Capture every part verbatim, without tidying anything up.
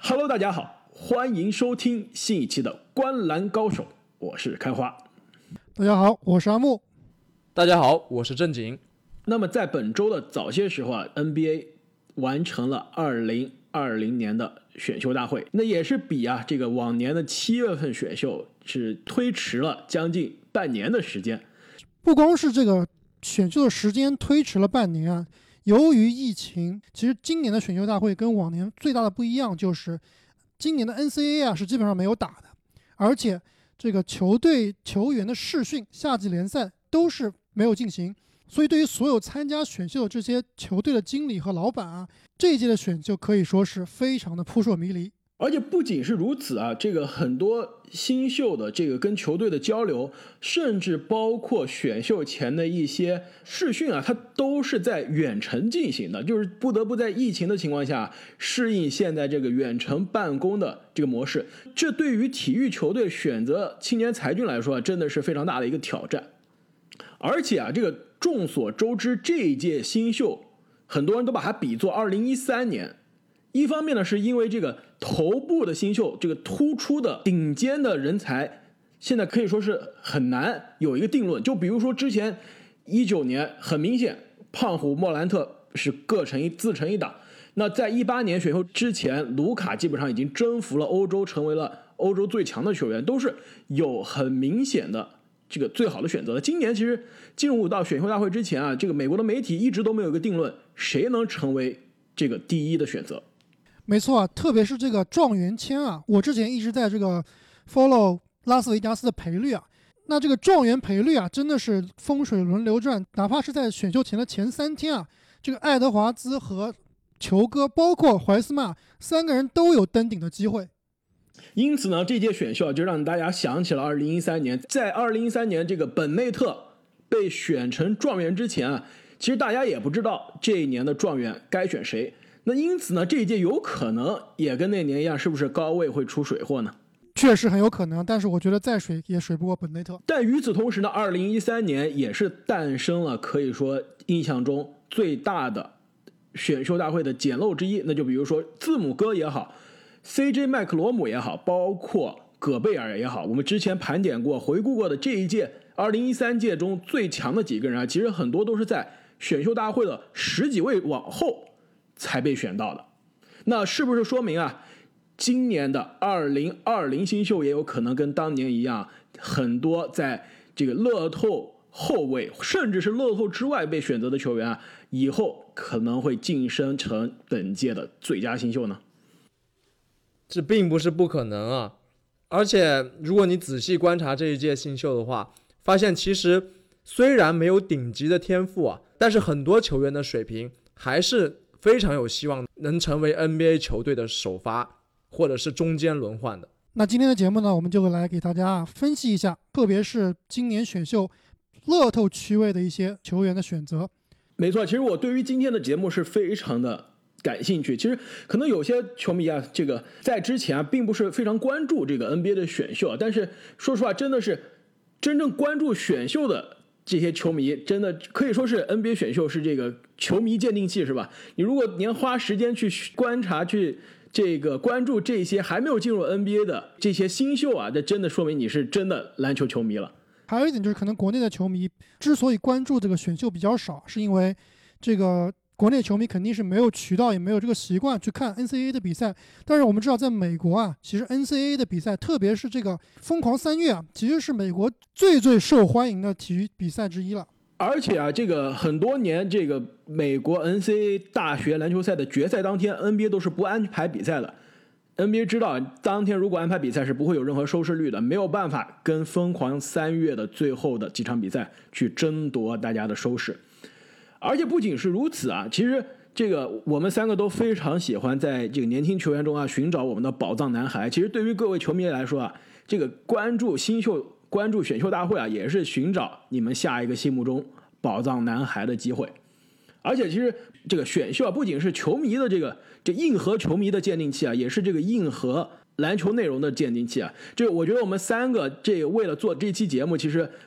Hello， 大家好，欢迎收听新一期的《观篮高手》，我是开花。 大家好，我是阿木。 大家好，我是正经。 那么在本周的早些时候啊 ，N B A 完成了二零二零年的选秀大会，那也是比啊这个往年的七月份选秀是推迟了将近半年的时间。 不光是这个选秀的时间推迟了半年啊，由于疫情，其实今年的选秀大会跟往年最大的不一样就是今年的 N C A A 啊是基本上没有打的，而且这个球队球员的试训、夏季联赛都是没有进行，所以对于所有参加选秀的这些球队的经理和老板啊，这一届的选秀可以说是非常的扑朔迷离。 而且不仅是如此啊，这个很多新秀的这个跟球队的交流，甚至包括选秀前的一些试训啊，它都是在远程进行的，就是不得不在疫情的情况下适应现在这个远程办公的这个模式。这对于体育球队选择青年才俊来说，真的是非常大的一个挑战。而且啊，这个众所周知，这一届新秀很多人都把它比作二零一三年。一方面呢，是因为这个头部的新秀，这个突出的顶尖的人才，现在可以说是很难有一个定论。就比如说之前一九年，很明显，胖虎莫兰特是各成一自成一档。那在一八年选秀之前，卢卡基本上已经征服了欧洲，成为了欧洲最强的球员，都是有很明显的这个最好的选择的。今年其实进入到选秀大会之前啊，这个美国的媒体一直都没有一个定论，谁能成为这个第一的选择。 没错啊，特别是这个状元签啊，我之前一直在这个 follow 拉斯维加斯的赔率啊，那这个状元赔率啊，真的是风水轮流转，哪怕是在选秀前的前三天啊，这个爱德华兹和球哥，包括怀斯曼三个人都有登顶的机会。 因此呢，这届选秀就让大家想起了二零一三年，在二零一三年这个本内特被选成状元之前啊，其实大家也不知道这一年的状元该选谁。那因此呢，这一届有可能也跟那年一样，是不是高位会出水货呢？ 确实很有可能，但是我觉得再水也水不过本内特。 但与此同时呢，二零一三年也是诞生了可以说印象中最大的选秀大会的捡漏之一，那就比如说字母哥也好 ，C J 麦克罗姆也好，包括戈贝尔也好，我们之前盘点过、回顾过的这一届二零一三届中最强的几个人啊，其实很多都是在选秀大会的十几位往后才被选到的。那是不是说明啊，今年的二零二零新秀也有可能跟当年一样，很多在这个乐透后卫甚至是乐透之外被选择的球员啊，以后可能会晋升成本届的最佳新秀呢？ 这并不是不可能啊，而且如果你仔细观察这一届新秀的话，发现其实虽然没有顶级的天赋啊，但是很多球员的水平还是非常有希望能成为 N B A 球队的首发或者是中间轮换的。 那今天的节目呢，我们就来给大家分析一下，特别是今年选秀乐透区位的一些球员的选择。 没错，其实我对于今天的节目是非常的感兴趣。其实可能有些球迷啊，这个在之前啊，并不是非常关注这个 N B A 的选秀，但是说实话，真的是真正关注选秀的这些球迷，真的可以说是 N B A 选秀是这个球迷鉴定器，是吧？你如果您花时间去观察、去这个关注这些还没有进入 N B A 的这些新秀啊，这真的说明你是真的篮球球迷了。 还有一点就是，可能国内的球迷之所以关注这个选秀比较少，是因为这个国内球迷肯定是没有渠道，也没有这个习惯去看 N C A A 的比赛。但是我们知道，在美国啊，其实 N C A A 的比赛，特别是这个疯狂三月啊，其实是美国最最受欢迎的体育比赛之一了。 而且啊，这个很多年，这个美国 N C A A 大学篮球赛的决赛当天 ，N B A 都是不安排比赛的。N B A 知道当天如果安排比赛是不会有任何收视率的，没有办法跟疯狂三月的最后的几场比赛去争夺大家的收视。而且不仅是如此啊，其实这个我们三个都非常喜欢在这个年轻球员中啊寻找我们的宝藏男孩。其实对于各位球迷来说啊，这个关注新秀、关注选秀大会啊，也是寻找你们下一个心目中宝藏男孩的机会。而且其实这个选秀啊，不仅是球迷的这个这硬核球迷的鉴定器啊，也是这个硬核篮球内容的鉴定器啊。这我觉得我们三个这为了做这期节目，其实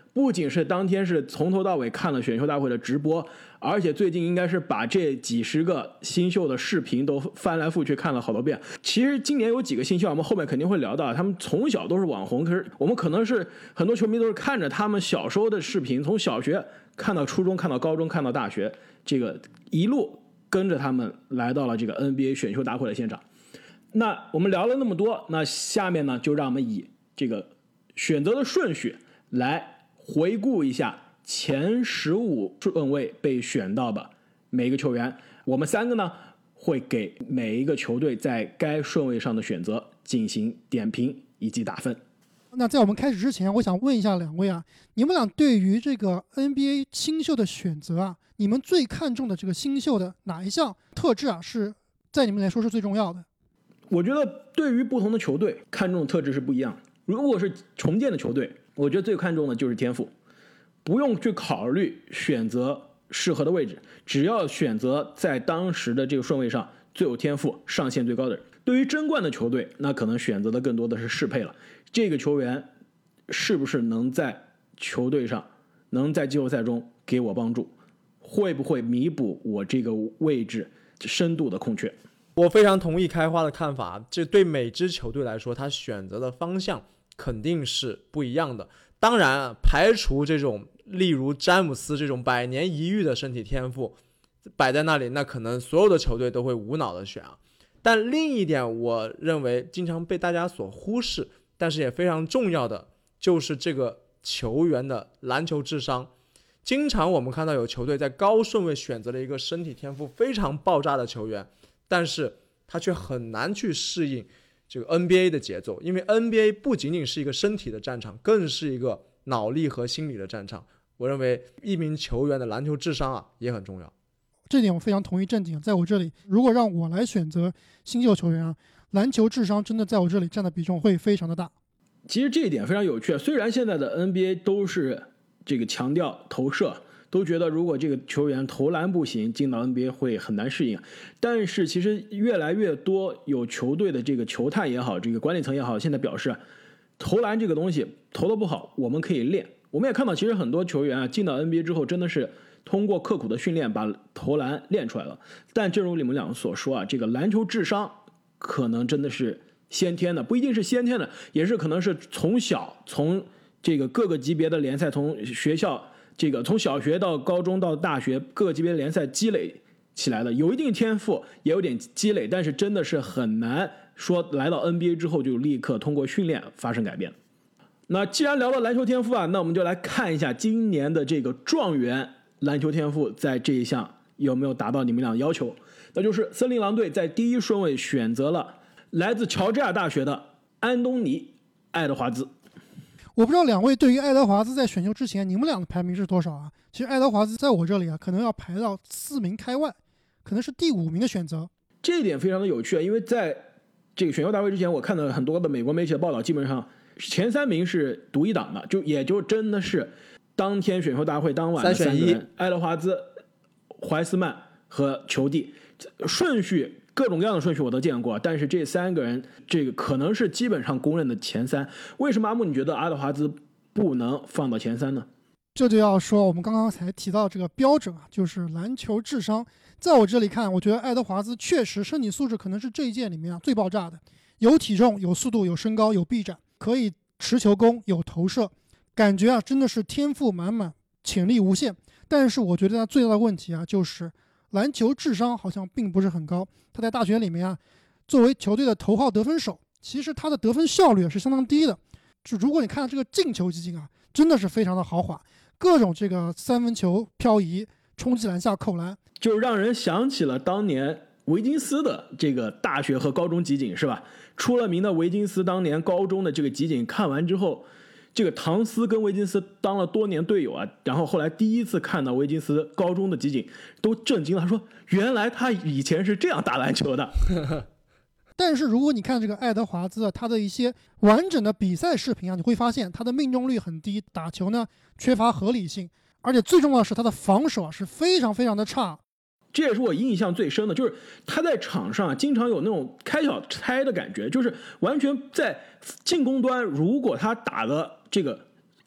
不仅是当天是从头到尾看了选秀大会的直播，而且最近应该是把这几十个新秀的视频都翻来覆去看了好多遍。其实今年有几个新秀，我们后面肯定会聊到，他们从小都是网红，可是我们可能是很多球迷都是看着他们小时候的视频，从小学看到初中，看到高中，看到大学，这个一路跟着他们来到了这个 N B A 选秀大会的现场。那我们聊了那么多，那下面呢，就让我们以这个选择的顺序来回顾一下前十五顺位被选到的每一个球员。我们三个呢，会给每一个球队在该顺位上的选择进行点评以及打分。 那在我们开始之前，我想问一下两位啊，你们俩对于这个 N B A 新秀的选择啊，你们最看重的这个新秀的哪一项特质啊，是在你们来说是最重要的？ 我觉得对于不同的球队看重的特质是不一样的。如果是重建的球队，我觉得最看重的就是天赋，不用去考虑选择适合的位置，只要选择在当时的这个顺位上最有天赋、上限最高的人。对于争冠的球队，那可能选择的更多的是适配了，这个球员是不是能在球队上，能在季后赛中给我帮助，会不会弥补我这个位置深度的空缺。 我非常同意开花的看法，这对每支球队来说，他选择的方向肯定是不一样的。当然，排除这种例如詹姆斯这种百年一遇的身体天赋摆在那里，那可能所有的球队都会无脑的选啊。但另一点，我认为经常被大家所忽视，但是也非常重要的，就是这个球员的篮球智商。经常我们看到有球队在高顺位选择了一个身体天赋非常爆炸的球员，但是他却很难去适应这个 N B A 的节奏，因为 N B A 不仅仅是一个身体的战场，更是一个脑力和心理的战场。我认为一名球员的篮球智商啊也很重要。 这点我非常同意正经。在我这里，如果让我来选择新秀球员啊，篮球智商真的在我这里占的比重会非常的大。 其实这一点非常有趣，虽然现在的 N B A 都是这个强调投射，都觉得如果这个球员投篮不行，进到 N B A 会很难适应。但是其实越来越多有球队的这个球探也好，这个管理层也好，现在表示投篮这个东西投得不好，我们可以练。我们也看到，其实很多球员啊进到 N B A 之后，真的是通过刻苦的训练把投篮练出来了。但正如你们俩所说啊，这个篮球智商可能真的是先天的，不一定是先天的，也是可能是从小从这个各个级别的联赛，从学校这个从小学到高中到大学各个级别的联赛积累起来的，有一定天赋，也有点积累，但是真的是很难说来到 N B A 之后就立刻通过训练发生改变。那既然聊到篮球天赋啊，那我们就来看一下今年的这个状元篮球天赋在这一项有没有达到你们俩的要求。那就是森林狼队在第一顺位选择了来自乔治亚大学的安东尼·爱德华兹。 我不知道两位对于爱德华兹在选秀之前，你们俩的排名是多少啊？其实爱德华兹在我这里啊，可能要排到四名开外，可能是第五名的选择。 这一点非常的有趣，因为在这个选秀大会之前，我看到很多的美国媒体的报道，基本上前三名是独一档的，就也就真的是当天选秀大会当晚的三个人，爱德华兹、怀斯曼和裘蒂，顺序各种各样的顺序我都见过，但是这三个人这个可能是基本上公认的前三。为什么阿木你觉得爱德华兹不能放到前三呢？ 这就要说我们刚刚才提到这个标准啊，就是篮球智商。在我这里看，我觉得爱德华兹确实身体素质可能是这一届里面啊最爆炸的，有体重、有速度、有身高、有臂展，可以持球攻、有投射，感觉啊真的是天赋满满，潜力无限。但是我觉得他最大的问题啊，就是篮球智商好像并不是很高。他在大学里面啊，作为球队的头号得分手，其实他的得分效率是相当低的。就如果你看这个进球基金啊，真的是非常的豪华，各种这个三分球漂移、冲击篮下扣篮， 就让人想起了当年维金斯的这个大学和高中集锦，是吧？出了名的维金斯当年高中的这个集锦看完之后，这个唐斯跟维金斯当了多年队友啊，然后后来第一次看到维金斯高中的集锦都震惊了，他说原来他以前是这样打篮球的。 但是如果你看这个爱德华兹他的一些完整的比赛视频啊，你会发现他的命中率很低，打球呢缺乏合理性，而且最重要的是他的防守啊是非常非常的差。 这也是我印象最深的，就是他在场上经常有那种开小差的感觉，就是完全在进攻端，如果他打的这个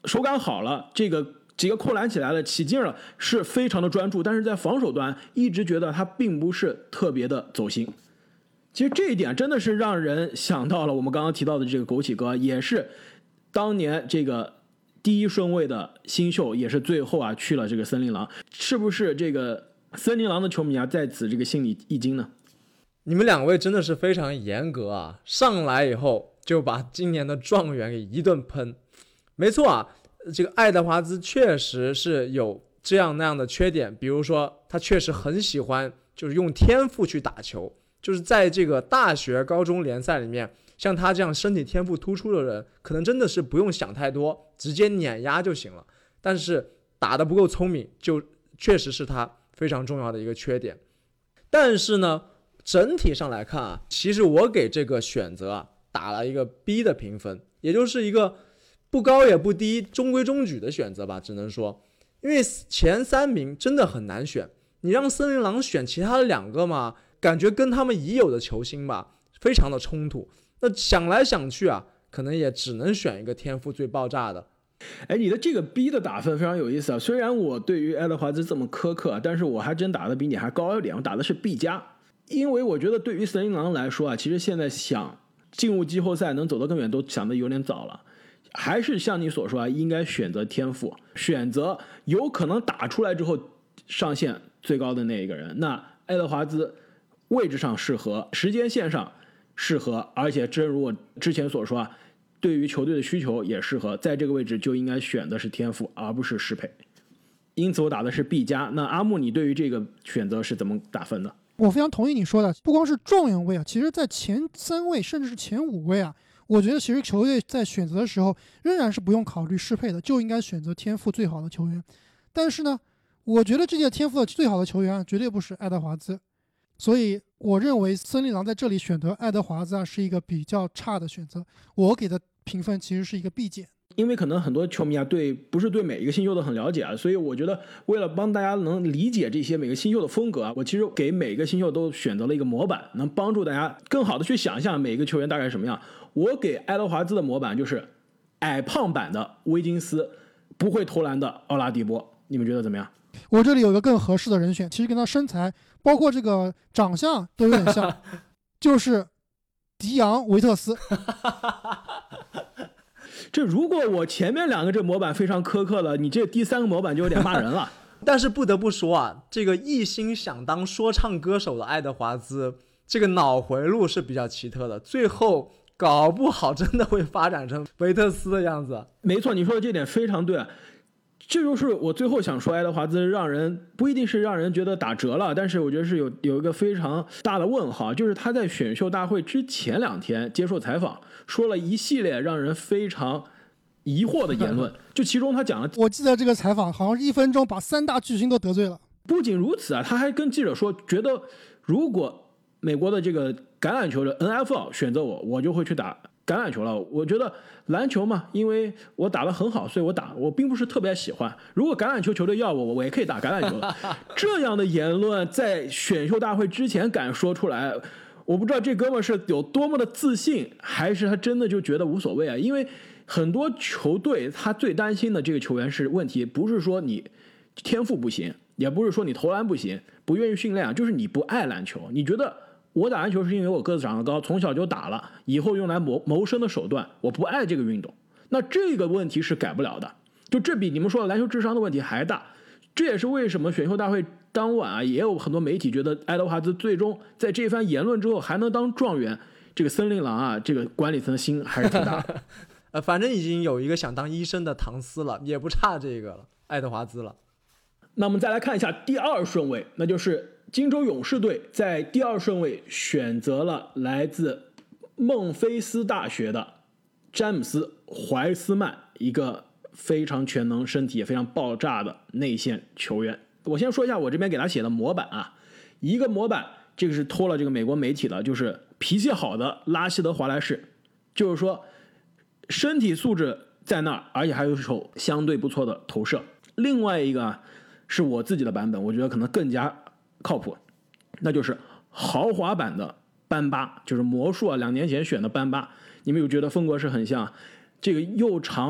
手感好了，这个几个扣篮起来了，起劲了，是非常的专注，但是在防守端一直觉得他并不是特别的走心。其实这一点真的是让人想到了我们刚刚提到的这个枸杞哥，也是当年这个第一顺位的新秀，也是最后啊去了这个森林狼。是不是这个森林狼的球迷啊在此这个心里一惊呢？ 你们两位真的是非常严格啊，上来以后就把今年的状元给一顿喷。没错啊，这个爱德华兹确实是有这样那样的缺点，比如说他确实很喜欢就是用天赋去打球，就是在这个大学高中联赛里面，像他这样身体天赋突出的人，可能真的是不用想太多，直接碾压就行了。但是打得不够聪明，就确实是他非常重要的一个缺点。但是呢，整体上来看啊，其实我给这个选择啊打了一个 B 的评分，也就是一个不高也不低，中规中矩的选择吧，只能说，因为前三名真的很难选，你让森林狼选其他的两个嘛，感觉跟他们已有的球星吧，非常的冲突。那想来想去啊，可能也只能选一个天赋最爆炸的。 哎，你的这个 B 的打分非常有意思啊！虽然我对于爱德华兹这么苛刻，但是我还真打的比你还高一点，我打的是 B 加。因为我觉得对于森林狼来说啊，其实现在想进入季后赛能走得更远都想得有点早了，还是像你所说啊，应该选择天赋，选择有可能打出来之后上限最高的那一个人。那爱德华兹位置上适合，时间线上适合，而且正如我之前所说啊，对于球队的需求也适合，在这个位置就应该选的是天赋，而不是适配。因此我打的是 B 加。那阿木，你对于这个选择是怎么打分的？ 我非常同意你说的，不光是状元位啊，其实在前三位甚至是前五位啊，我觉得其实球队在选择的时候仍然是不用考虑适配的，就应该选择天赋最好的球员。但是呢，我觉得这届天赋的最好的球员啊，绝对不是爱德华兹，所以我认为森林狼在这里选择爱德华兹啊是一个比较差的选择，我给的评分其实是一个 B 减。 因为可能很多球迷啊，对不是对每一个新秀都很了解啊，所以我觉得为了帮大家能理解这些每个新秀的风格啊，我其实给每个新秀都选择了一个模板，能帮助大家更好的去想象每个球员大概是什么样。我给爱德华兹的模板就是矮胖版的威金斯，不会投篮的奥拉迪波，你们觉得怎么样？ 我这里有一个更合适的人选，其实跟他身材包括这个长相都有点像，就是迪昂维特斯。 这如果我前面两个这模板非常苛刻了，你这第三个模板就有点骂人了。 但是不得不说啊，这个一心想当说唱歌手的爱德华兹，这个脑回路是比较奇特的，最后搞不好真的会发展成维特斯的样子。 没错，你说的这点非常对啊。这就是我最后想说，爱德华兹让人不一定是让人觉得打折了，但是我觉得是有有一个非常大的问号，就是他在选秀大会之前两天接受采访，说了一系列让人非常疑惑的言论。就其中他讲了， 我记得这个采访好像是一分钟把三大巨星都得罪了。 不仅如此啊，他还跟记者说，觉得如果美国的这个橄榄球的 N F L 选择我，我就会去打橄榄球了。我觉得篮球嘛，因为我打得很好，所以我打，我并不是特别喜欢。如果橄榄球球队要我，我也可以打橄榄球了。这样的言论在选秀大会之前敢说出来，我不知道这哥们是有多么的自信，还是他真的就觉得无所谓啊？因为很多球队他最担心的这个球员是问题，不是说你天赋不行，也不是说你投篮不行，不愿意训练，就是你不爱篮球。你觉得我打篮球是因为我个子长得高，从小就打了，以后用来谋谋生的手段，我不爱这个运动。那这个问题是改不了的，就这比你们说的篮球智商的问题还大。这也是为什么选秀大会当晚啊，也有很多媒体觉得爱德华兹最终在这番言论之后还能当状元，这个森林狼啊，这个管理层的心还是挺大的。 呃，反正已经有一个想当医生的唐斯了，也不差这个了，爱德华兹了。 那我们再来看一下第二顺位，那就是金州勇士队在第二顺位选择了来自孟菲斯大学的詹姆斯·怀斯曼，一个非常全能、身体也非常爆炸的内线球员。我先说一下我这边给他写的模板啊，一个模板，这个是偷了这个美国媒体的，就是脾气好的拉希德·华莱士，就是说身体素质在那儿，而且还有一手相对不错的投射。另外一个是我自己的版本，我觉得可能更加靠谱，那就是豪华版的班巴，就是魔术啊两年前选的班巴。你们有觉得风格是很像？这个又长，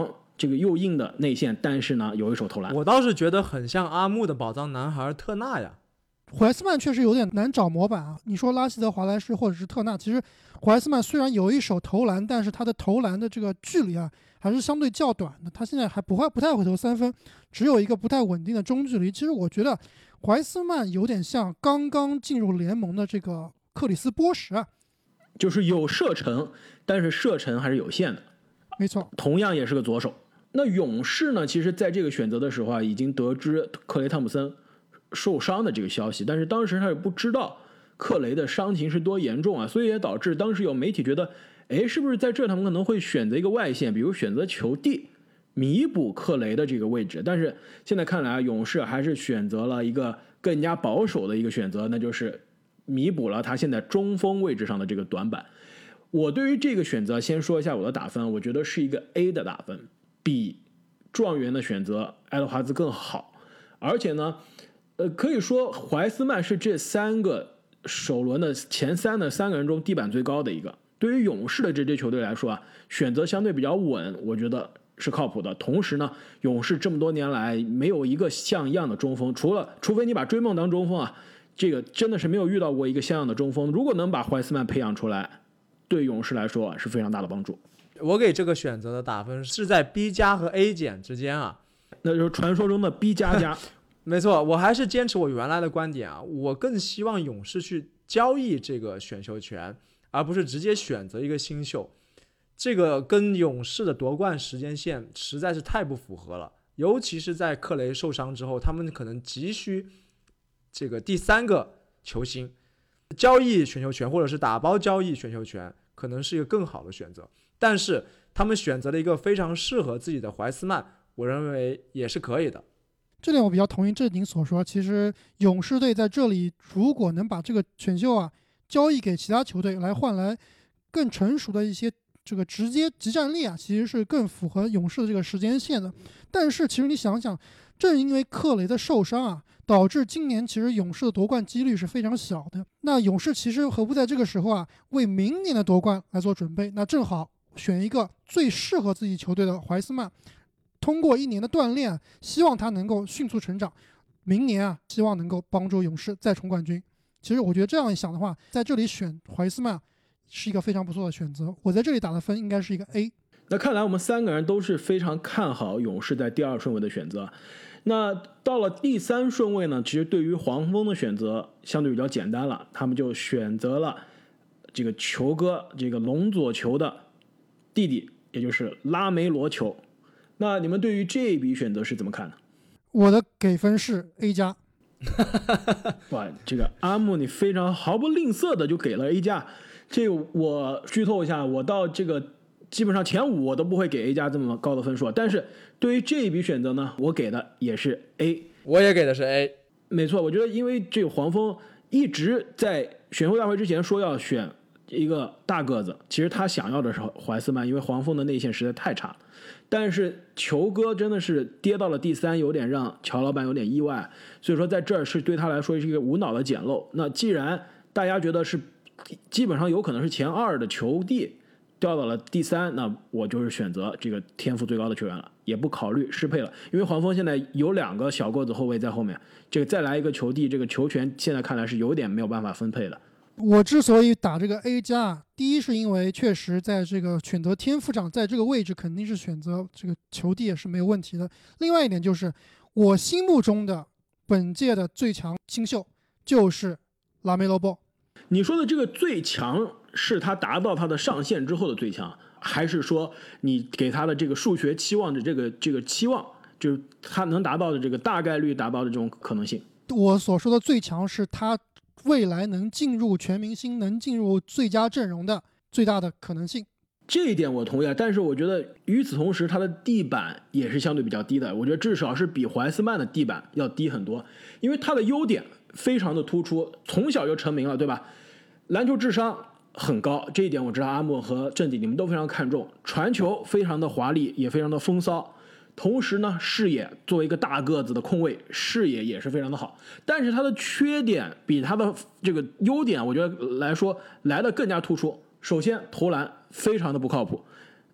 这个又硬的内线，但是呢有一手投篮。 我倒是觉得很像阿木的宝藏男孩特纳呀。 怀斯曼确实有点难找模板啊！你说拉希德·华莱士或者是特纳，其实怀斯曼虽然有一手投篮，但是他的投篮的这个距离啊还是相对较短的。他现在还不会不太会投三分，只有一个不太稳定的中距离。其实我觉得怀斯曼有点像刚刚进入联盟的这个克里斯·波什啊， 就是有射程，但是射程还是有限的。 没错， 同样也是个左手。那勇士呢，其实在这个选择的时候啊，已经得知克雷·汤普森受伤的这个消息，但是当时他也不知道克雷的伤情是多严重啊，所以也导致当时有媒体觉得，哎，是不是在这他们可能会选择一个外线，比如选择球帝弥补克雷的这个位置。但是现在看来啊，勇士还是选择了一个更加保守的一个选择，那就是弥补了他现在中锋位置上的这个短板。我对于这个选择先说一下我的打分，我觉得是一个 A 的打分，比状元的选择爱德华兹更好。而且呢呃，可以说怀斯曼是这三个首轮的前三的三个人中地板最高的一个。对于勇士的这支球队来说啊，选择相对比较稳，我觉得是靠谱的。同时呢，勇士这么多年来没有一个像样的中锋，除了除非你把追梦当中锋啊，这个真的是没有遇到过一个像样的中锋。如果能把怀斯曼培养出来，对勇士来说啊是非常大的帮助。 我给这个选择的打分是在 B 加和 A 减之间啊， 那就是传说中的 B 加加。 没错，我还是坚持我原来的观点啊，我更希望勇士去交易这个选秀权，而不是直接选择一个新秀。这个跟勇士的夺冠时间线实在是太不符合了，尤其是在克雷受伤之后，他们可能急需这个第三个球星，交易选秀权或者是打包交易选秀权可能是一个更好的选择。但是他们选择了一个非常适合自己的怀斯曼，我认为也是可以的。 这点我比较同意正经所说，其实勇士队在这里如果能把这个选秀啊交易给其他球队来换来更成熟的一些这个直接即战力啊，其实是更符合勇士的这个时间线的。但是其实你想想，正因为克雷的受伤啊，导致今年其实勇士的夺冠几率是非常小的。那勇士其实何不在这个时候啊为明年的夺冠来做准备？那正好选一个最适合自己球队的怀斯曼，通过一年的锻炼，希望他能够迅速成长，明年啊，希望能够帮助勇士再冲冠军。其实我觉得这样一想的话，在这里选怀斯曼是一个非常不错的选择。我在这里打的分应该是一个 A。 那看来我们三个人都是非常看好勇士在第二顺位的选择。那到了第三顺位呢，其实对于黄蜂的选择相对比较简单了，他们就选择了这个球哥，这个龙左球的弟弟，也就是拉梅罗球。那你们对于这一笔选择是怎么看的？ 我的给分是 A 加。 哇，这个阿木你非常毫不吝啬的就给了 A 加。这个我剧透一下，我到这个基本上前五我都不会给 A 加这么高的分数，但是对于这一笔选择呢，我给的也是 A。 我也给的是 A。 没错，我觉得因为这个黄蜂一直在选秀大会之前说要选一个大个子，其实他想要的是怀斯曼，因为黄蜂的内线实在太差了。但是球哥真的是跌到了第三，有点让乔老板有点意外，所以说在这儿是对他来说是一个无脑的捡漏。那既然大家觉得是基本上有可能是前二的球帝掉到了第三，那我就是选择这个天赋最高的球员了，也不考虑适配了，因为黄蜂现在有两个小个子后卫在后面，这个再来一个球帝，这个球权现在看来是有点没有办法分配的。 我之所以打这个 A 加，第一是因为确实在这个选择天赋上，在这个位置肯定是选择这个球帝也是没有问题的。另外一点就是我心目中的本届的最强新秀就是拉梅罗波。 你说的这个最强是他达到他的上限之后的最强，还是说你给他的这个数学期望的这个这个期望，就是他能达到的这个大概率达到的这种可能性？ 我所说的最强是他未来能进入全明星，能进入最佳阵容的最大的可能性。 这一点我同意啊，但是我觉得与此同时，他的地板也是相对比较低的。我觉得至少是比怀斯曼的地板要低很多，因为他的优点非常的突出，从小就成名了，对吧？篮球智商很高，这一点我知道阿莫和郑迪你们都非常看重。传球非常的华丽，也非常的风骚。同时呢，视野作为一个大个子的控卫，视野也是非常的好。但是他的缺点比他的这个优点，我觉得来说来的更加突出。首先，投篮非常的不靠谱，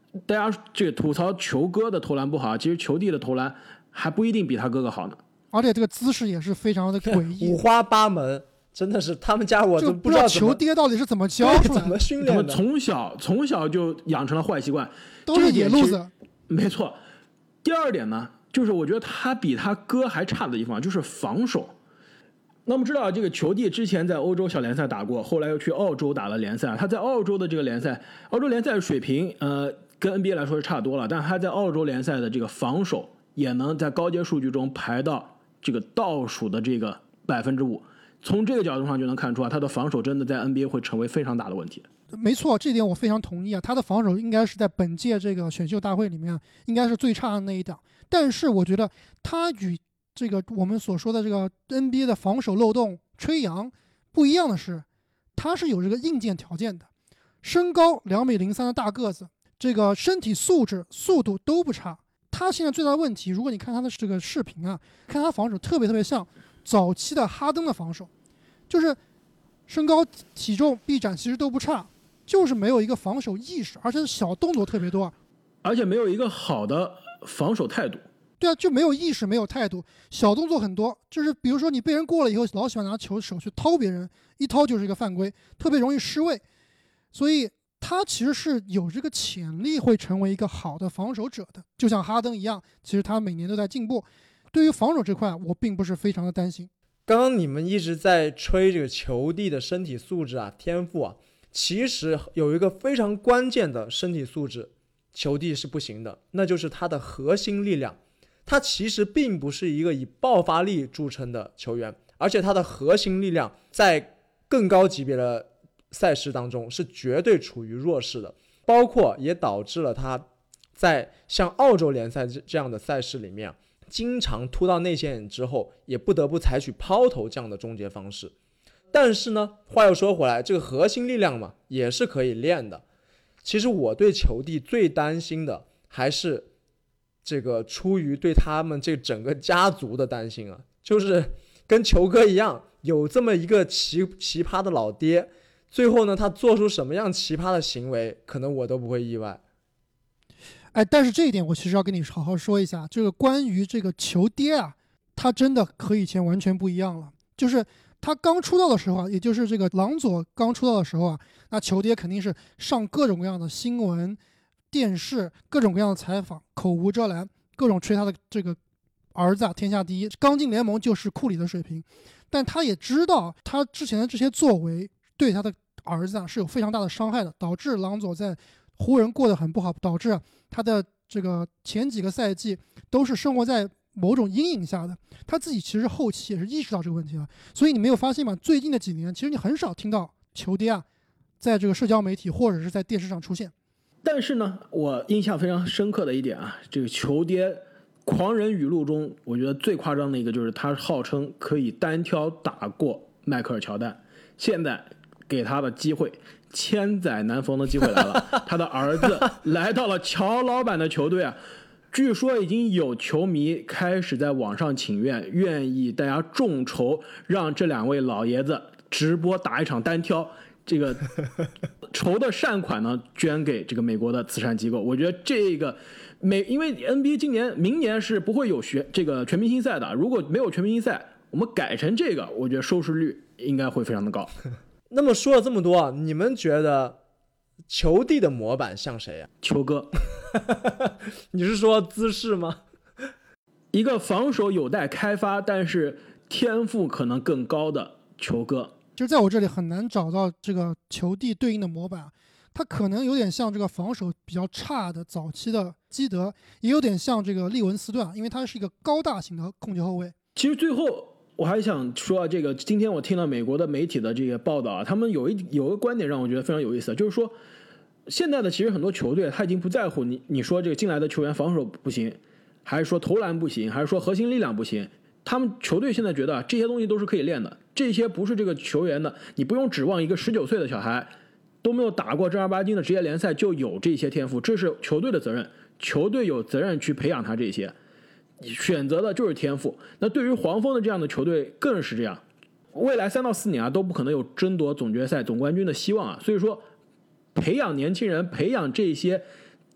大家这个吐槽球哥的投篮不好，其实球弟的投篮还不一定比他哥哥好呢。 而且这个姿势也是非常的诡异， 五花八门，真的是他们家我都不知道球爹到底是怎么教出来的， 怎么训他们练的， 从小从小就养成了坏习惯， 都是野路子。 没错。第二点呢，就是我觉得他比他哥还差的地方就是防守。那我们知道这个球弟之前在欧洲小联赛打过，后来又去澳洲打了联赛。他在澳洲的这个联赛，澳洲联赛的水平，呃，跟 N B A 来说是差多了，但他在澳洲联赛的这个防守也能在高阶数据中排到这个倒数的这个百分之五。从这个角度上就能看出啊，他的防守真的在 N B A 会成为非常大的问题。 没错，这点我非常同意啊。他的防守应该是在本届这个选秀大会里面应该是最差的那一档，但是我觉得他与这个我们所说的这个 N B A 的防守漏洞吹杨不一样的是，他是有这个硬件条件的，身高两米零三的大个子，这个身体素质、速度都不差。他现在最大的问题，如果你看他的这个视频啊，看他防守特别特别像早期的哈登的防守，就是身高、体重、臂展其实都不差，就是没有一个防守意识，而且小动作特别多， 而且没有一个好的防守态度。 对啊，就没有意识，没有态度，小动作很多，就是比如说你被人过了以后，老喜欢拿球手去掏别人，一掏就是一个犯规，特别容易失位。所以他其实是有这个潜力会成为一个好的防守者的，就像哈登一样，其实他每年都在进步。对于防守这块，我并不是非常的担心。 刚刚你们一直在吹这个球弟的身体素质啊、天赋啊，其实有一个非常关键的身体素质，球弟是不行的，那就是他的核心力量。他其实并不是一个以爆发力著称的球员，而且他的核心力量在更高级别的赛事当中是绝对处于弱势的，包括也导致了他在像澳洲联赛这样的赛事里面，经常突到内线之后，也不得不采取抛投这样的终结方式。但是呢，话又说回来，这个核心力量嘛，也是可以练的。其实我对球弟最担心的还是这个出于对他们这整个家族的担心啊，就是跟球哥一样，有这么一个奇奇葩的老爹，最后呢，他做出什么样奇葩的行为，可能我都不会意外。 哎，但是这一点我其实要跟你好好说一下，这个关于这个球爹啊，他真的和以前完全不一样了。就是他刚出道的时候啊，也就是这个朗佐刚出道的时候啊，那球爹肯定是上各种各样的新闻、电视，各种各样的采访，口无遮拦，各种吹他的这个儿子啊天下第一，刚进联盟就是库里的水平。但他也知道他之前的这些作为对他的儿子啊是有非常大的伤害的，导致朗佐在湖人过得很不好，导致他的这个前几个赛季都是生活在某种阴影下的。他自己其实后期也是意识到这个问题了，所以你没有发现吗？最近的几年，其实你很少听到球爹啊在这个社交媒体或者是在电视上出现。 但是呢，我印象非常深刻的一点啊，这个球爹狂人语录中，我觉得最夸张的一个就是他号称可以单挑打过迈克尔乔丹，现在给他的机会，千载难逢的机会来了，他的儿子来到了乔老板的球队啊。据说已经有球迷开始在网上请愿，愿意大家众筹让这两位老爷子直播打一场单挑，这个筹的善款呢捐给这个美国的慈善机构。我觉得这个美，因为 N B A 今年明年是不会有学这个全明星赛的，如果没有全明星赛，我们改成这个，我觉得收视率应该会非常的高。 那么说了这么多啊，你们觉得球弟的模板像谁啊？ 球哥。 你是说姿势吗？ 一个防守有待开发，但是天赋可能更高的球哥。 其实在我这里很难找到这个球弟对应的模板，他可能有点像这个防守比较差的早期的基德，也有点像这个利文斯顿，因为他是一个高大型的控球后卫。 其实最后我还想说，这个今天我听了美国的媒体的这个报道啊，他们有一有个观点让我觉得非常有意思，就是说现在的其实很多球队他已经不在乎你你说这个进来的球员防守不行，还是说投篮不行，还是说核心力量不行，他们球队现在觉得这些东西都是可以练的，这些不是这个球员的，你不用指望一个十九岁的小孩都没有打过正儿八经的职业联赛就有这些天赋，这是球队的责任，球队有责任去培养他这些，选择的就是天赋。那对于黄蜂的这样的球队更是这样，未来三到四年啊都不可能有争夺总决赛总冠军的希望啊，所以说培养年轻人，培养这些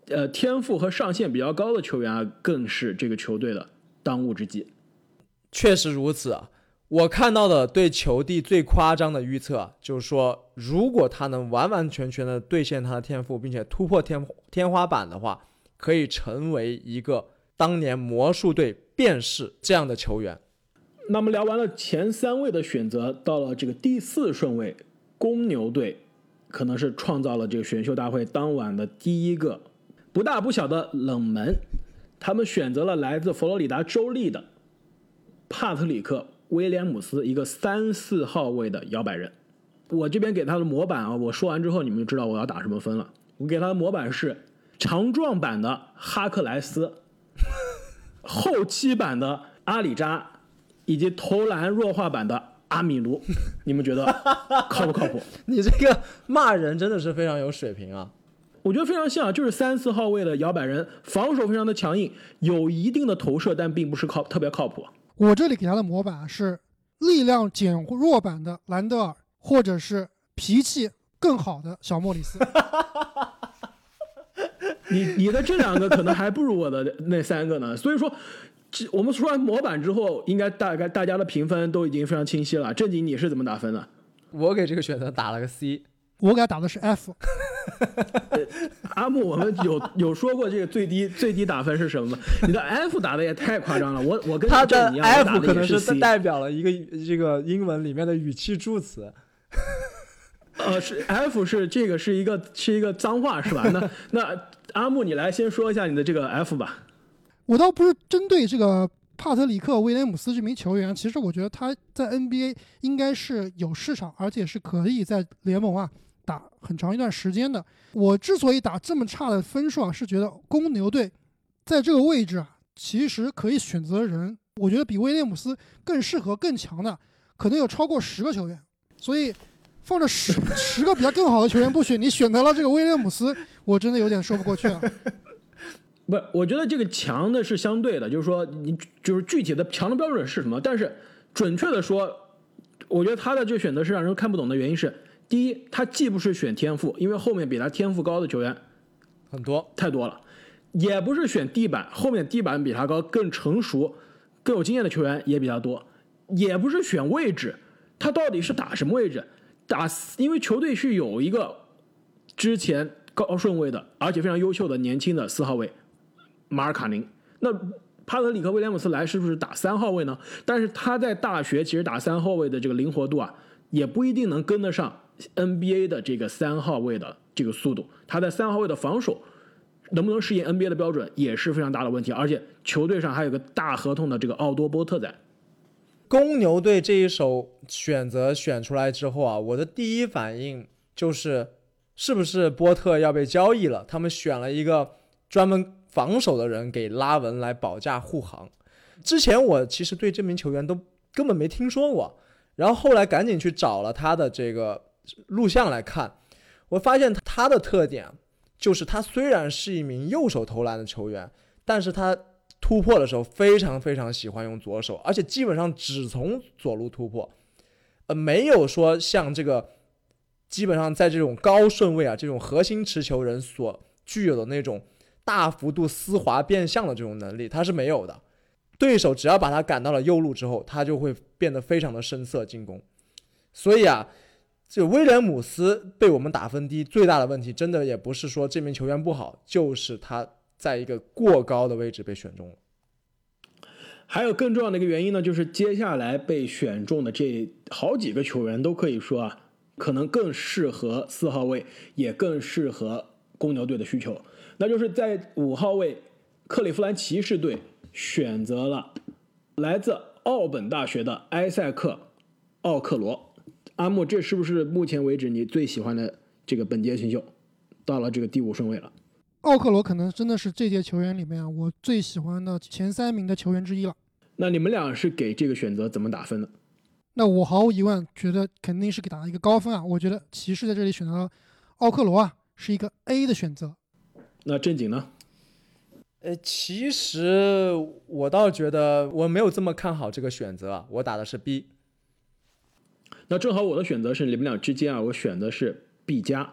呃，天赋和上限比较高的球员啊，更是这个球队的当务之急。 确实如此啊。我看到的对球帝最夸张的预测就是说，如果他能完完全全的兑现他的天赋，并且突破 天, 天花板的话，可以成为一个当年魔术队便是这样的球员。 那么聊完了前三位的选择，到了这个第四顺位，公牛队可能是创造了这个选秀大会当晚的第一个不大不小的冷门，他们选择了来自佛罗里达州立的帕特里克威廉姆斯，一个三四号位的摇摆人。我这边给他的模板啊，我说完之后你们就知道我要打什么分了。我给他的模板是强壮版的哈克莱斯，后期版的阿里扎，以及投篮弱化版的阿米卢。你们觉得靠不靠谱？ 你这个骂人真的是非常有水平啊。 我觉得非常像，就是三四号位的摇摆人，防守非常的强硬，有一定的投射，但并不是靠特别靠谱。 我这里给他的模板是力量减弱版的兰德尔，或者是脾气更好的小莫里斯。 你你的这两个可能还不如我的那三个呢，所以说我们说完模板之后，应该大概大家的评分都已经非常清晰了。正经你是怎么打分的？ 我给这个选择打了个 C， 我给他打的是 F。 阿木，我们有有说过这个最低最低打分是什么吗？你的 F 打的也太夸张了，我我跟他的一样 F 可能是是代表了一个这个英文里面的语气助词。 呃，是 F 是这个是一个是一个脏话是吧？那那阿木，你来先说一下你的这个 F 吧。 我倒不是针对这个帕特里克·威廉姆斯这名球员，其实我觉得他在 N B A 应该是有市场，而且是可以在联盟啊打很长一段时间的。我之所以打这么差的分数啊，是觉得公牛队在这个位置啊，其实可以选择的人，我觉得比威廉姆斯更适合、更强的，可能有超过十个球员。所以放着十十个比他更好的球员不选，你选择了这个威廉姆斯，我真的有点说不过去了。 不，我觉得这个强的是相对的，就是说你就是具体的强的标准是什么？但是准确的说，我觉得他的这个选择是让人看不懂的原因是。第一，他既不是选天赋，因为后面比他天赋高的球员很多太多了，也不是选地板，后面地板比他高、更成熟、更有经验的球员也比他多，也不是选位置，他到底是打什么位置？打，因为球队是有一个之前高顺位的，而且非常优秀的年轻的四号位马尔卡宁。那帕特里克·威廉姆斯来是不是打三号位呢？但是他在大学其实打三号位的这个灵活度啊，也不一定能跟得上N B A 的这个三号位的这个速度，他在三号位的防守能不能适应 N B A 的标准也是非常大的问题，而且球队上还有个大合同的这个奥多波特在。 公牛队这一手选择选出来之后啊，我的第一反应就是是不是波特要被交易了？他们选了一个专门防守的人给拉文来保驾护航。之前我其实对这名球员都根本没听说过，然后后来赶紧去找了他的这个录像来看，我发现他的特点就是他虽然是一名右手投篮的球员，但是他突破的时候非常非常喜欢用左手，而且基本上只从左路突破，呃，没有说像这个基本上在这种高顺位啊这种核心持球人所具有的那种大幅度丝滑变向的这种能力，他是没有的。对手只要把他赶到了右路之后，他就会变得非常的生涩进攻。所以啊，这个威廉姆斯被我们打分低，最大的问题真的也不是说这名球员不好，就是他在一个过高的位置被选中了。 还有更重要的一个原因呢，就是接下来被选中的这好几个球员都可以说啊，可能更适合四号位，也更适合公牛队的需求。那就是在五号位，克利夫兰骑士队选择了来自奥本大学的埃塞克·奥克罗。阿木，这是不是目前为止你最喜欢的这个本届新秀？到了这个第五顺位了。 奥克罗可能真的是这届球员里面啊，我最喜欢的前三名的球员之一了。 那你们俩是给这个选择怎么打分的？ 那我毫无疑问觉得肯定是给打了一个高分啊！我觉得骑士在这里选择了奥克罗啊，是一个 A 的选择。 那正经呢？ 呃，其实我倒觉得我没有这么看好这个选择啊，我打的是 B。 那正好我的选择是你们俩之间啊，我选的是 B 加。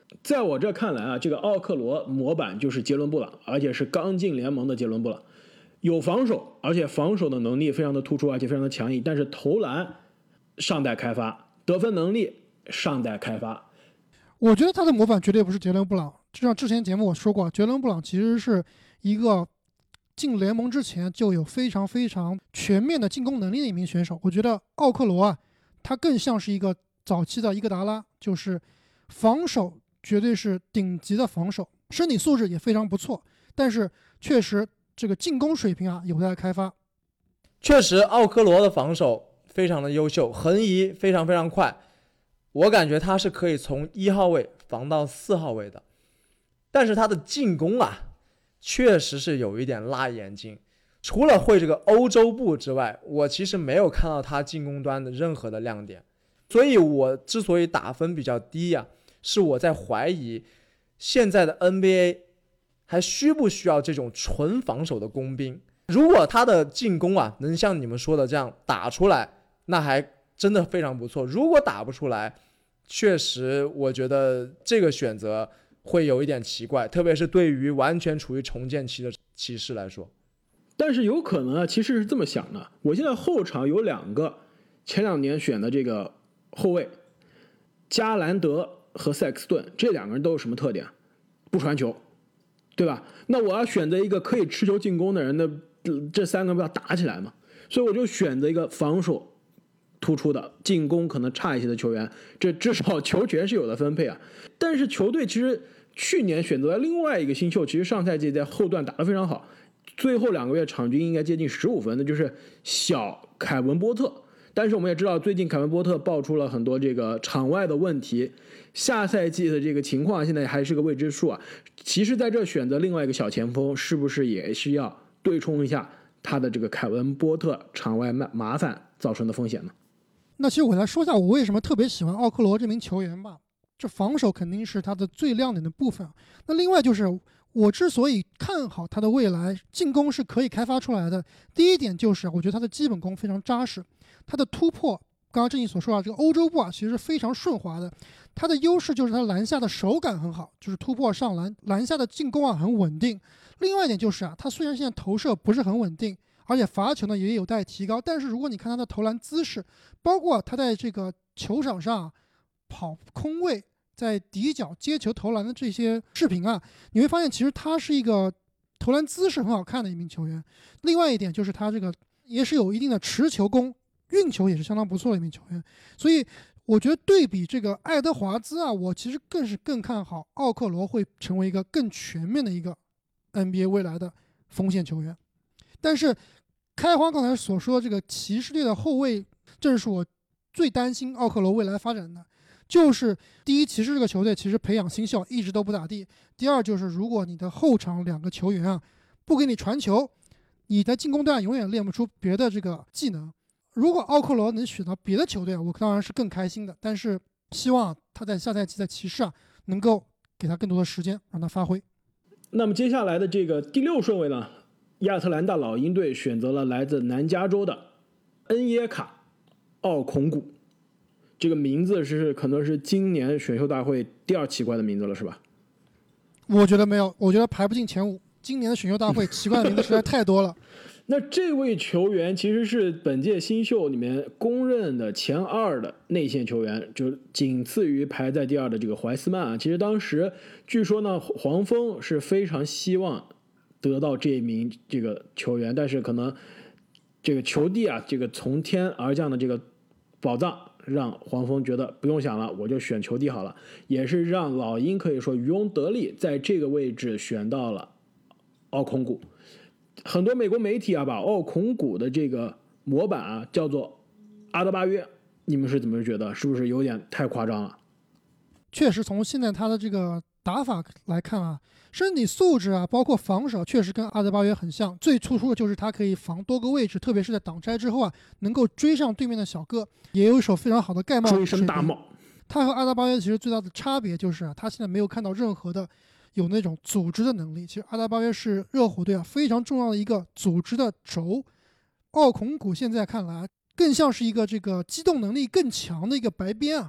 在我这看来啊，这个奥克罗模板就是杰伦布朗，而且是刚进联盟的杰伦布朗，有防守，而且防守的能力非常的突出，而且非常的强硬，但是投篮尚待开发，得分能力尚待开发。 我觉得他的模板绝对不是杰伦布朗，就像之前节目我说过，杰伦布朗其实是一个进联盟之前就有非常非常全面的进攻能力的一名选手。我觉得奥克罗啊，他更像是一个早期的伊戈达拉，就是防守绝对是顶级的防守，身体素质也非常不错，但是确实这个进攻水平啊有待开发。 确实，奥科罗的防守非常的优秀，横移非常非常快，我感觉他是可以从一号位防到四号位的。但是他的进攻啊，确实是有一点辣眼睛。除了会这个欧洲步之外，我其实没有看到他进攻端的任何的亮点。所以我之所以打分比较低呀、啊，是我在怀疑现在的 N B A 还需不需要这种纯防守的工兵。如果他的进攻啊能像你们说的这样打出来，那还真的非常不错。如果打不出来，确实我觉得这个选择会有一点奇怪，特别是对于完全处于重建期的骑士来说。 但是有可能啊，骑士是这么想的，我现在后场有两个前两年选的这个后卫，加兰德和塞克斯顿，这两个人都有什么特点？不传球，对吧？那我要选择一个可以持球进攻的人，那这三个不要打起来嘛？所以我就选择一个防守突出的，进攻可能差一些的球员，这至少球权是有的分配啊。但是球队其实去年选择了另外一个新秀，其实上赛季在后段打得非常好，最后两个月场均应该接近十五分，那就是小凯文波特。但是我们也知道，最近凯文波特爆出了很多这个场外的问题，下赛季的这个情况现在还是个未知数啊。其实在这选择另外一个小前锋，是不是也是要对冲一下他的这个凯文波特场外麻烦造成的风险呢？ 那其实我来说一下我为什么特别喜欢奥克罗这名球员吧。这防守肯定是他的最亮点的部分。那另外就是我之所以看好他的未来，进攻是可以开发出来的。第一点就是我觉得他的基本功非常扎实，他的突破，刚刚正义所说啊，这个欧洲步啊其实是非常顺滑的。他的优势就是他篮下的手感很好，就是突破上篮，篮下的进攻啊很稳定。另外一点就是啊，他虽然现在投射不是很稳定，而且罚球呢也有待提高，但是如果你看他的投篮姿势，包括他在这个球场上跑空位，在底角接球投篮的这些视频啊，你会发现其实他是一个投篮姿势很好看的一名球员。另外一点就是他这个也是有一定的持球功，运球也是相当不错的一名球员。所以我觉得对比这个爱德华兹啊，我其实更是更看好奥克罗会成为一个更全面的一个 N B A 未来的锋线球员。但是开花刚才所说的这个骑士队的后卫，正是我最担心奥克罗未来发展的。就是第一，骑士这个球队其实培养新秀一直都不咋地。第二，就是如果你的后场两个球员啊不给你传球，你的进攻端永远练不出别的这个技能。如果奥克罗能选到别的球队，我当然是更开心的。但是希望他在下赛季在骑士啊能够给他更多的时间让他发挥。 那么接下来的这个第六顺位呢，亚特兰大老鹰队选择了来自南加州的恩耶卡奥孔古。这个名字是可能是今年选秀大会第二奇怪的名字了，是吧？ 我觉得没有，我觉得排不进前五。今年的选秀大会奇怪的名字实在太多了。 那这位球员其实是本届新秀里面公认的前二的内线球员，就仅次于排在第二的这个怀斯曼啊。其实当时据说呢，黄蜂是非常希望得到这一名这个球员，但是可能这个球帝啊，这个从天而降的这个宝藏，让黄蜂觉得不用想了，我就选球帝好了，也是让老鹰可以说渔翁得利，在这个位置选到了奥孔古。很多美国媒体啊，把奥孔古的这个模板啊叫做阿德巴约，你们是怎么觉得？是不是有点太夸张了？ 确实，从现在他的这个打法来看啊，身体素质啊，包括防守，确实跟阿德巴约很像。最突出的就是他可以防多个位置，特别是在挡拆之后啊，能够追上对面的小个，也有一手非常好的盖帽。 追身大帽。 他和阿德巴约其实最大的差别就是啊，他现在没有看到任何的有那种组织的能力。其实阿德巴约是热火队啊非常重要的一个组织的轴。奥孔古现在看来更像是一个这个机动能力更强的一个白边啊。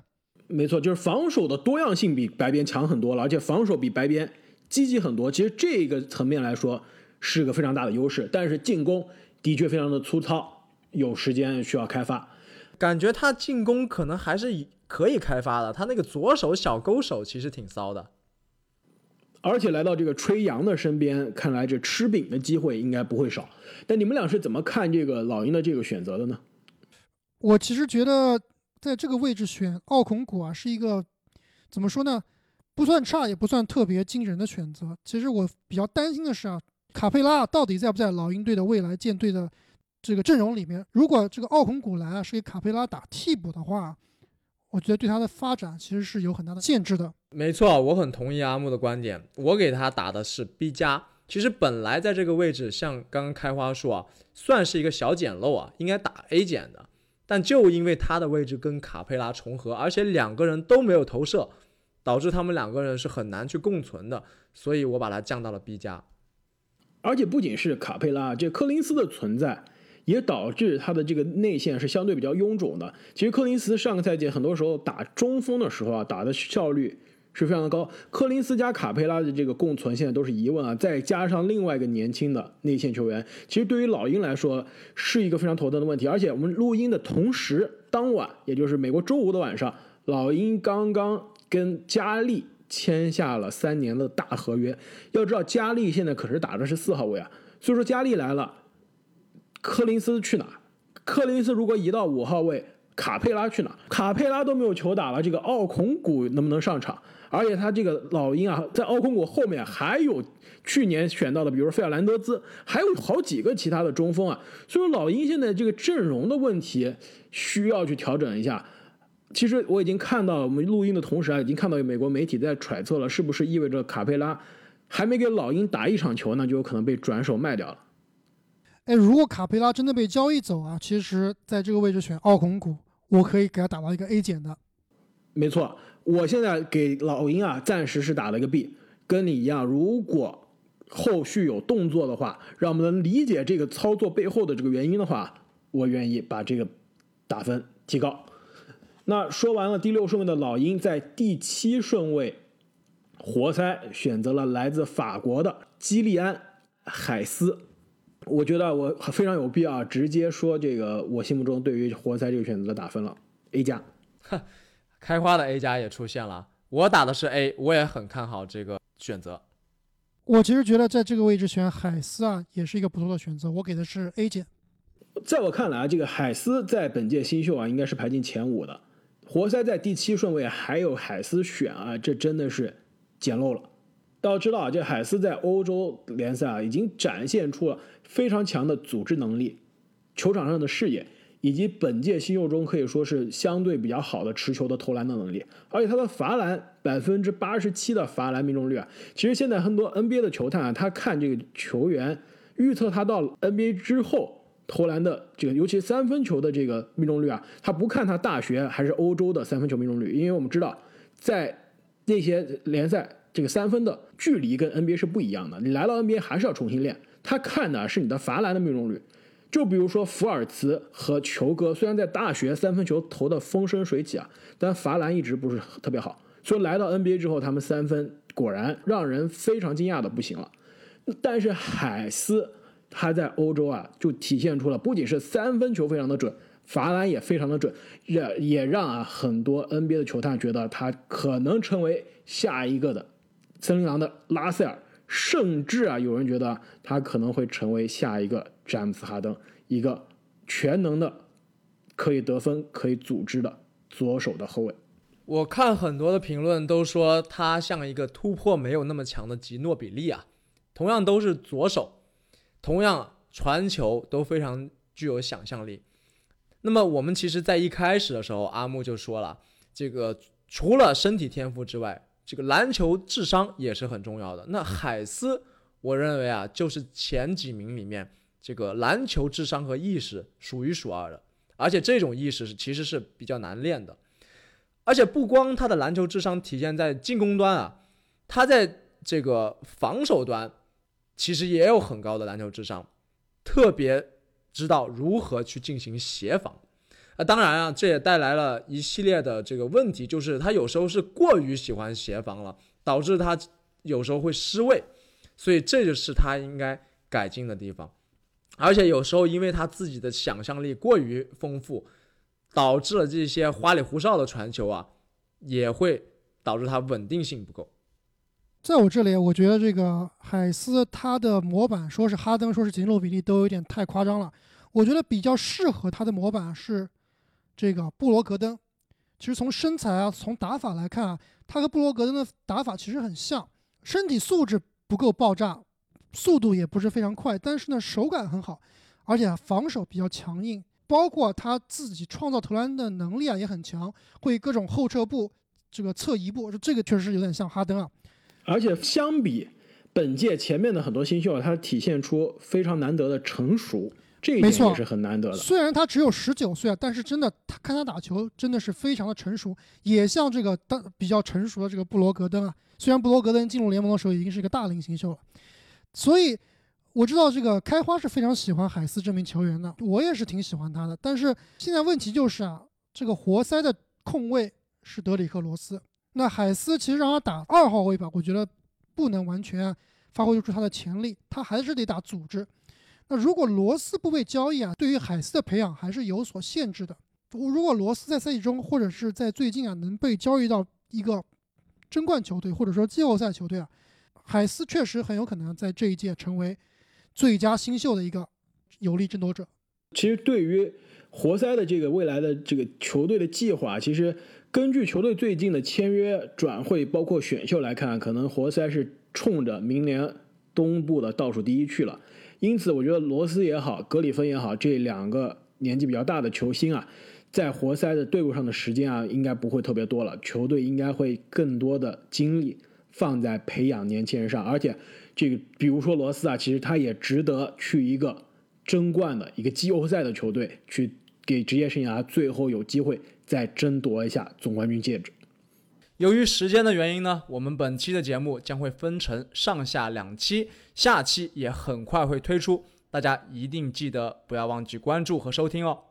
没错，就是防守的多样性比白边强很多了，而且防守比白边积极很多。其实这个层面来说是个非常大的优势，但是进攻的确非常的粗糙，有时间需要开发。 感觉他进攻可能还是可以开发的，他那个左手小勾手其实挺骚的。 而且来到这个吹杨的身边，看来这吃饼的机会应该不会少。但你们俩是怎么看这个老鹰的这个选择的呢？ 我其实觉得在这个位置选奥孔古啊，是一个怎么说呢，不算差也不算特别惊人的选择。其实我比较担心的是啊，卡佩拉到底在不在老鹰队的未来舰队的这个阵容里面。如果这个奥孔古来啊是给卡佩拉打替补的话，我觉得对他的发展其实是有很大的限制的。 没错，我很同意阿木的观点，我给他打的是 B 加。其实本来在这个位置，像刚刚开花说啊，算是一个小捡漏啊，应该打 A 减的。但就因为他的位置跟卡佩拉重合，而且两个人都没有投射，导致他们两个人是很难去共存的，所以我把它降到了 B 加。 而且不仅是卡佩拉，这柯林斯的存在也导致他的这个内线是相对比较臃肿的。其实柯林斯上个赛季很多时候打中锋的时候啊，打的效率是非常的高。柯林斯加卡佩拉的这个共存现在都是疑问啊，再加上另外一个年轻的内线球员，其实对于老鹰来说是一个非常头疼的问题。而且我们录音的同时，当晚也就是美国周五的晚上，老鹰刚刚跟加利签下了三年的大合约。要知道加利现在可是打的是四号位啊，所以说加利来了，柯林斯去哪？柯林斯如果移到五号位，卡佩拉去哪？卡佩拉都没有球打了，这个奥孔古能不能上场？而且他这个老鹰啊，在奥孔古后面还有去年选到的，比如说费尔南德兹，还有好几个其他的中锋啊。所以老鹰现在这个阵容的问题需要去调整一下。其实我已经看到，我们录音的同时啊，已经看到美国媒体在揣测了，是不是意味着卡佩拉还没给老鹰打一场球呢，就有可能被转手卖掉了。 哎，如果卡佩拉真的被交易走啊，其实在这个位置选奥孔古，我可以给他打到一个 A 减的。 没错，我现在给老鹰啊暂时是打了一个 B， 跟你一样，如果后续有动作的话，让我们能理解这个操作背后的这个原因的话，我愿意把这个打分提高。那说完了第六顺位的老鹰，在第七顺位，活塞选择了来自法国的基利安·海斯。我觉得我非常有必要直接说这个我心目中对于活塞这个选择的打分了 A 加。 开花的 A 加也出现了，我打的是 A， 我也很看好这个选择。 我其实觉得在这个位置选海斯啊，也是一个不错的选择，我给的是 A 减。 在我看来，这个海斯在本届新秀啊，应该是排进前五的。活塞在第七顺位还有海斯选啊，这真的是捡漏了。要知道啊，这海斯在欧洲联赛啊，已经展现出了非常强的组织能力、球场上的视野，以及本届新秀中可以说是相对比较好的持球的投篮的能力。而且他的罚篮百分之八十七的罚篮命中率啊，其实现在很多 N B A 的球探啊，他看这个球员预测他到 N B A 之后投篮的这个，尤其三分球的这个命中率啊，他不看他大学还是欧洲的三分球命中率，因为我们知道在那些联赛这个三分的距离跟 N B A 是不一样的，你来到 N B A 还是要重新练。他看的是你的罚篮的命中率。就比如说福尔茨和球哥，虽然在大学三分球投的风生水起啊，但罚篮一直不是特别好。所以来到 N B A 之后，他们三分果然让人非常惊讶的不行了。但是海斯他在欧洲啊，就体现出了不仅是三分球非常的准，罚篮也非常的准，也也让啊很多 N B A 的球探觉得他可能成为下一个的森林狼的拉塞尔，甚至啊有人觉得他可能会成为下一个詹姆斯哈登，一个全能的可以得分可以组织的左手的后卫。 我看很多的评论都说他像一个突破没有那么强的吉诺比利啊，同样都是左手，同样传球都非常具有想象力。那么我们其实在一开始的时候，阿木就说了，这个除了身体天赋之外，这个篮球智商也是很重要的。那海斯我认为啊，就是前几名里面这个篮球智商和意识数一数二的，而且这种意识是其实是比较难练的。而且不光他的篮球智商体现在进攻端啊，他在这个防守端其实也有很高的篮球智商，特别知道如何去进行协防。 呃，当然啊，这也带来了一系列的这个问题，就是他有时候是过于喜欢协防了，导致他有时候会失位，所以这就是他应该改进的地方。而且有时候因为他自己的想象力过于丰富，导致了这些花里胡哨的传球啊，也会导致他稳定性不够。 在我这里，我觉得这个海斯他的模板说是哈登，说是吉诺比利，都有点太夸张了。我觉得比较适合他的模板是这个布罗格登。其实从身材啊，从打法来看啊，他和布罗格登的打法其实很像，身体素质不够爆炸，速度也不是非常快，但是呢手感很好，而且防守比较强硬，包括他自己创造投篮的能力啊也很强，会各种后撤步、这个侧移步，这个确实有点像哈登啊。 而且相比本届前面的很多新秀，他体现出非常难得的成熟，这一点也是很难得的。 虽然他只有十九岁啊，但是真的他看他打球真的是非常的成熟，也像这个比较成熟的这个布罗格登啊。虽然布罗格登进入联盟的时候已经是一个大龄新秀了，所以我知道这个开花是非常喜欢海斯这名球员的，我也是挺喜欢他的。但是现在问题就是啊，这个活塞的控卫是德里克罗斯，那海斯其实让他打二号位吧，我觉得不能完全、啊、发挥出他的潜力，他还是得打组织。那如果罗斯不被交易啊，对于海斯的培养还是有所限制的。如果罗斯在赛季中或者是在最近啊能被交易到一个争冠球队或者说季后赛球队啊，海斯确实很有可能在这一届成为最佳新秀的一个有力争夺者。 其实对于活塞的这个未来的这个球队的计划，其实根据球队最近的签约转会包括选秀来看，可能活塞是冲着明年东部的倒数第一去了。因此我觉得罗斯也好，格里芬也好，这两个年纪比较大的球星啊，在活塞的队伍上的时间啊，应该不会特别多了。球队应该会更多的精力放在培养年轻人上，而且这个比如说罗斯啊，其实他也值得去一个争冠的一个季后赛的球队，去给职业生涯最后有机会再争夺一下总冠军戒指。 由于时间的原因呢，我们本期的节目将会分成上下两期，下期也很快会推出，大家一定记得不要忘记关注和收听哦。